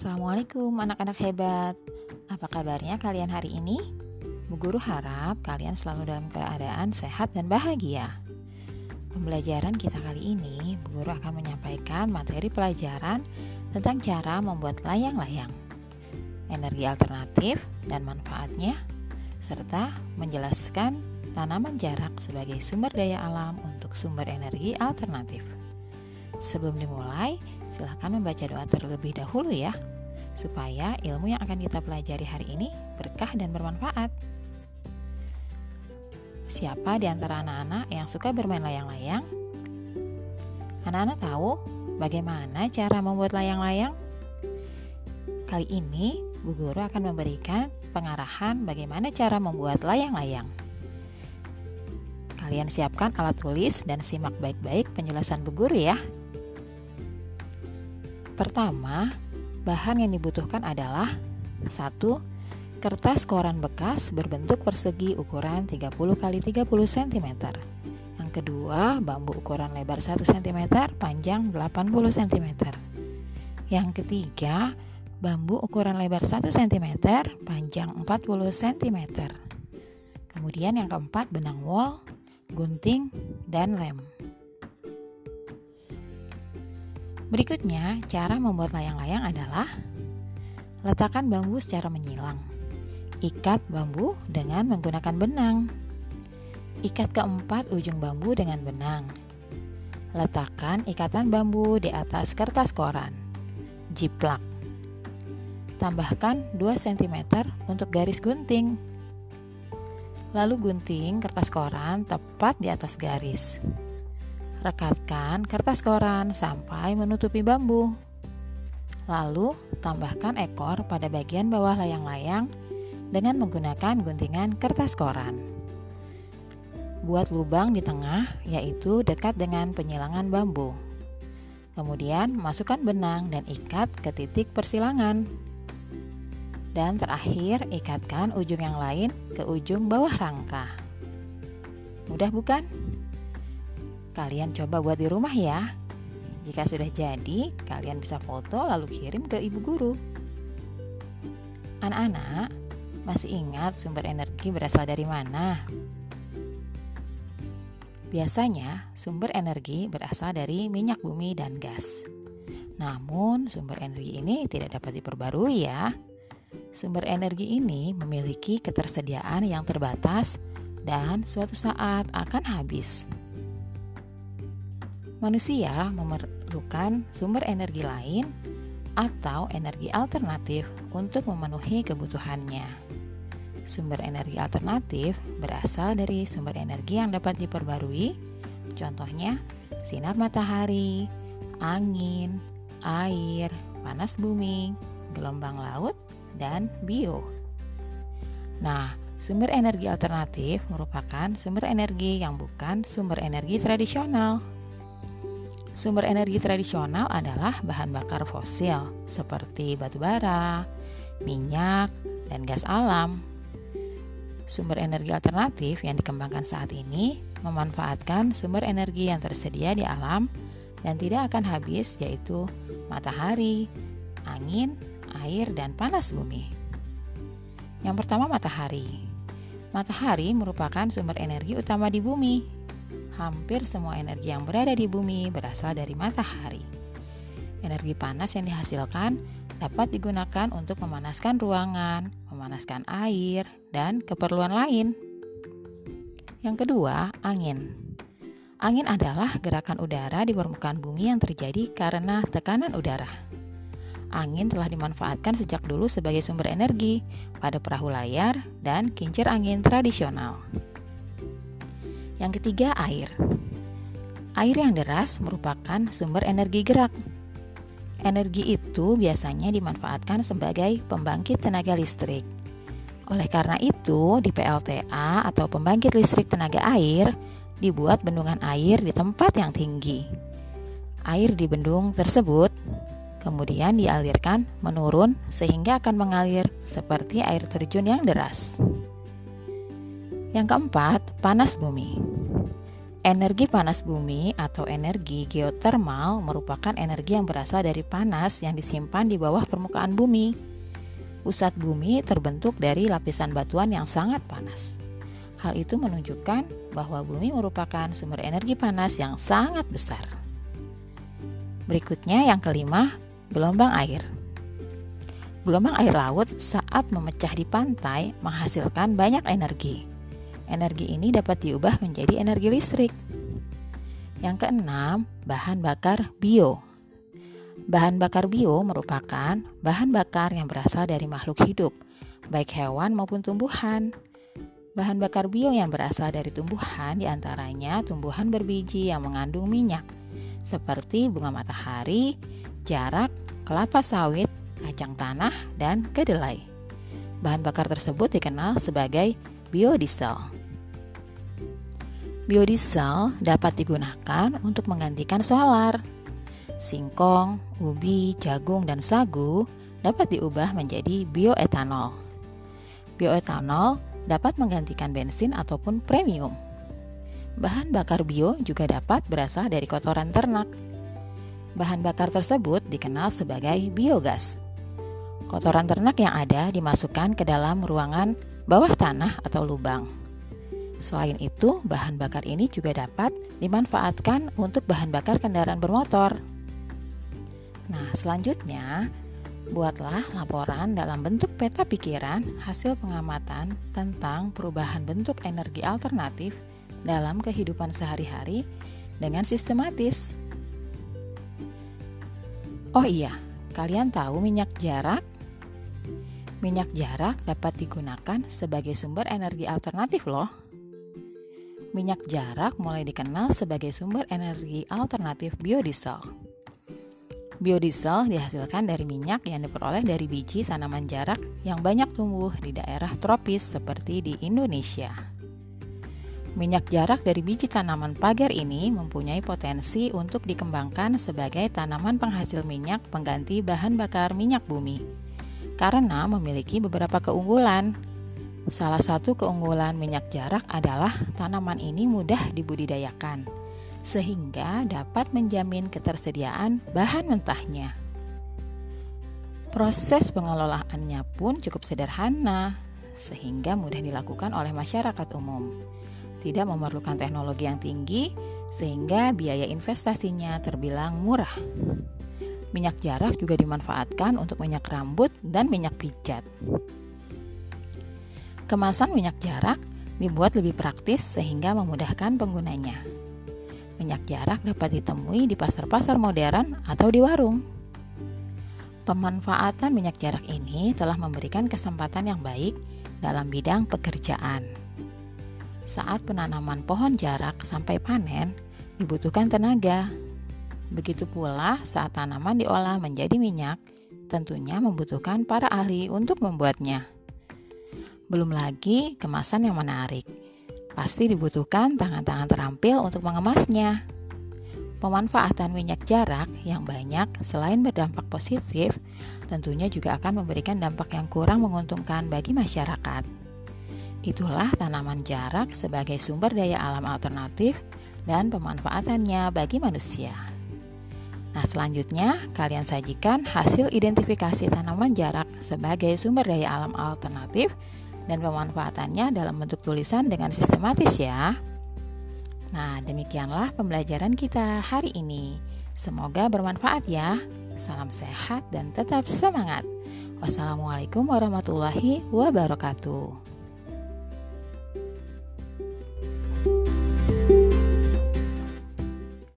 Assalamualaikum anak-anak hebat. Apa kabarnya kalian hari ini? Bu Guru harap kalian selalu dalam keadaan sehat dan bahagia. Pembelajaran kita kali ini, Bu Guru akan menyampaikan materi pelajaran tentang cara membuat layang-layang, energi alternatif dan manfaatnya, serta menjelaskan tanaman jarak sebagai sumber daya alam untuk sumber energi alternatif. Sebelum dimulai, silakan membaca doa terlebih dahulu ya, supaya ilmu yang akan kita pelajari hari ini berkah dan bermanfaat. Siapa di antara anak-anak yang suka bermain layang-layang? Anak-anak tahu bagaimana cara membuat layang-layang? Kali ini, Bu Guru akan memberikan pengarahan bagaimana cara membuat layang-layang. Kalian siapkan alat tulis dan simak baik-baik penjelasan Bu Guru ya. Pertama, bahan yang dibutuhkan adalah 1. Kertas koran bekas berbentuk persegi ukuran 30 x 30 cm. Yang kedua, bambu ukuran lebar 1 cm, panjang 80 cm. Yang ketiga, bambu ukuran lebar 1 cm, panjang 40 cm. Kemudian yang keempat, benang wol, gunting, dan lem. Berikutnya, cara membuat layang-layang adalah letakkan bambu secara menyilang. Ikat bambu dengan menggunakan benang. Ikat keempat ujung bambu dengan benang. Letakkan ikatan bambu di atas kertas koran. Jiplak. Tambahkan 2 cm untuk garis gunting. Lalu gunting kertas koran tepat di atas garis. Rekatkan kertas koran sampai menutupi bambu. Lalu, tambahkan ekor pada bagian bawah layang-layang dengan menggunakan guntingan kertas koran. Buat lubang di tengah, yaitu dekat dengan penyilangan bambu. Kemudian, masukkan benang dan ikat ke titik persilangan. Dan terakhir, ikatkan ujung yang lain ke ujung bawah rangka. Mudah bukan? Kalian coba buat di rumah ya. Jika sudah jadi, kalian bisa foto lalu kirim ke ibu guru. Anak-anak, masih ingat sumber energi berasal dari mana? Biasanya, sumber energi berasal dari minyak bumi dan gas. Namun, sumber energi ini tidak dapat diperbarui ya. Sumber energi ini memiliki ketersediaan yang terbatas dan suatu saat akan habis. Manusia memerlukan sumber energi lain atau energi alternatif untuk memenuhi kebutuhannya. Sumber energi alternatif berasal dari sumber energi yang dapat diperbarui, contohnya sinar matahari, angin, air, panas bumi, gelombang laut, dan bio. Nah, sumber energi alternatif merupakan sumber energi yang bukan sumber energi tradisional. Sumber energi tradisional adalah bahan bakar fosil seperti batu bara, minyak, dan gas alam. Sumber energi alternatif yang dikembangkan saat ini memanfaatkan sumber energi yang tersedia di alam dan tidak akan habis, yaitu matahari, angin, air, dan panas bumi. Yang pertama, matahari. Matahari merupakan sumber energi utama di bumi. Hampir semua energi yang berada di bumi berasal dari matahari. Energi panas yang dihasilkan dapat digunakan untuk memanaskan ruangan, memanaskan air, dan keperluan lain. Yang kedua, angin. Angin adalah gerakan udara di permukaan bumi yang terjadi karena tekanan udara. Angin telah dimanfaatkan sejak dulu sebagai sumber energi pada perahu layar dan kincir angin tradisional. Yang ketiga, air. Air yang deras merupakan sumber energi gerak. Energi itu biasanya dimanfaatkan sebagai pembangkit tenaga listrik. Oleh karena itu, di PLTA atau pembangkit listrik tenaga air, dibuat bendungan air di tempat yang tinggi. Air di bendung tersebut kemudian dialirkan menurun sehingga akan mengalir seperti air terjun yang deras. Yang keempat, panas bumi. Energi panas bumi atau energi geotermal merupakan energi yang berasal dari panas yang disimpan di bawah permukaan bumi. Pusat bumi terbentuk dari lapisan batuan yang sangat panas. Hal itu menunjukkan bahwa bumi merupakan sumber energi panas yang sangat besar. Berikutnya yang kelima, gelombang air. Gelombang air laut saat memecah di pantai menghasilkan banyak energi. Energi ini dapat diubah menjadi energi listrik. Yang keenam, bahan bakar bio. Bahan bakar bio merupakan bahan bakar yang berasal dari makhluk hidup, baik hewan maupun tumbuhan. Bahan bakar bio yang berasal dari tumbuhan diantaranya tumbuhan berbiji yang mengandung minyak, seperti bunga matahari, jarak, kelapa sawit, kacang tanah, dan kedelai. Bahan bakar tersebut dikenal sebagai biodiesel. Biodiesel dapat digunakan untuk menggantikan solar. Singkong, ubi, jagung, dan sagu dapat diubah menjadi bioetanol. Bioetanol dapat menggantikan bensin ataupun premium. Bahan bakar bio juga dapat berasal dari kotoran ternak. Bahan bakar tersebut dikenal sebagai biogas. Kotoran ternak yang ada dimasukkan ke dalam ruangan bawah tanah atau lubang. Selain itu, bahan bakar ini juga dapat dimanfaatkan untuk bahan bakar kendaraan bermotor. Nah, selanjutnya, buatlah laporan dalam bentuk peta pikiran hasil pengamatan tentang perubahan bentuk energi alternatif dalam kehidupan sehari-hari dengan sistematis. Oh iya, kalian tahu minyak jarak? Minyak jarak dapat digunakan sebagai sumber energi alternatif loh. Minyak jarak mulai dikenal sebagai sumber energi alternatif biodiesel. Biodiesel dihasilkan dari minyak yang diperoleh dari biji tanaman jarak yang banyak tumbuh di daerah tropis seperti di Indonesia. Minyak jarak dari biji tanaman pagar ini mempunyai potensi untuk dikembangkan sebagai tanaman penghasil minyak pengganti bahan bakar minyak bumi, karena memiliki beberapa keunggulan. Salah satu keunggulan minyak jarak adalah tanaman ini mudah dibudidayakan, sehingga dapat menjamin ketersediaan bahan mentahnya. Proses pengelolaannya pun cukup sederhana, sehingga mudah dilakukan oleh masyarakat umum. Tidak memerlukan teknologi yang tinggi, sehingga biaya investasinya terbilang murah. Minyak jarak juga dimanfaatkan untuk minyak rambut dan minyak pijat. Kemasan minyak jarak dibuat lebih praktis sehingga memudahkan penggunanya. Minyak jarak dapat ditemui di pasar-pasar modern atau di warung. Pemanfaatan minyak jarak ini telah memberikan kesempatan yang baik dalam bidang pekerjaan. Saat penanaman pohon jarak sampai panen, dibutuhkan tenaga. Begitu pula saat tanaman diolah menjadi minyak, tentunya membutuhkan para ahli untuk membuatnya. Belum lagi kemasan yang menarik. Pasti dibutuhkan tangan-tangan terampil untuk mengemasnya. Pemanfaatan minyak jarak yang banyak selain berdampak positif, tentunya juga akan memberikan dampak yang kurang menguntungkan bagi masyarakat. Itulah tanaman jarak sebagai sumber daya alam alternatif dan pemanfaatannya bagi manusia. Nah, selanjutnya kalian sajikan hasil identifikasi tanaman jarak sebagai sumber daya alam alternatif dan pemanfaatannya dalam bentuk tulisan dengan sistematis ya. Nah, demikianlah pembelajaran kita hari ini. Semoga bermanfaat ya. Salam sehat dan tetap semangat. Wassalamualaikum warahmatullahi wabarakatuh.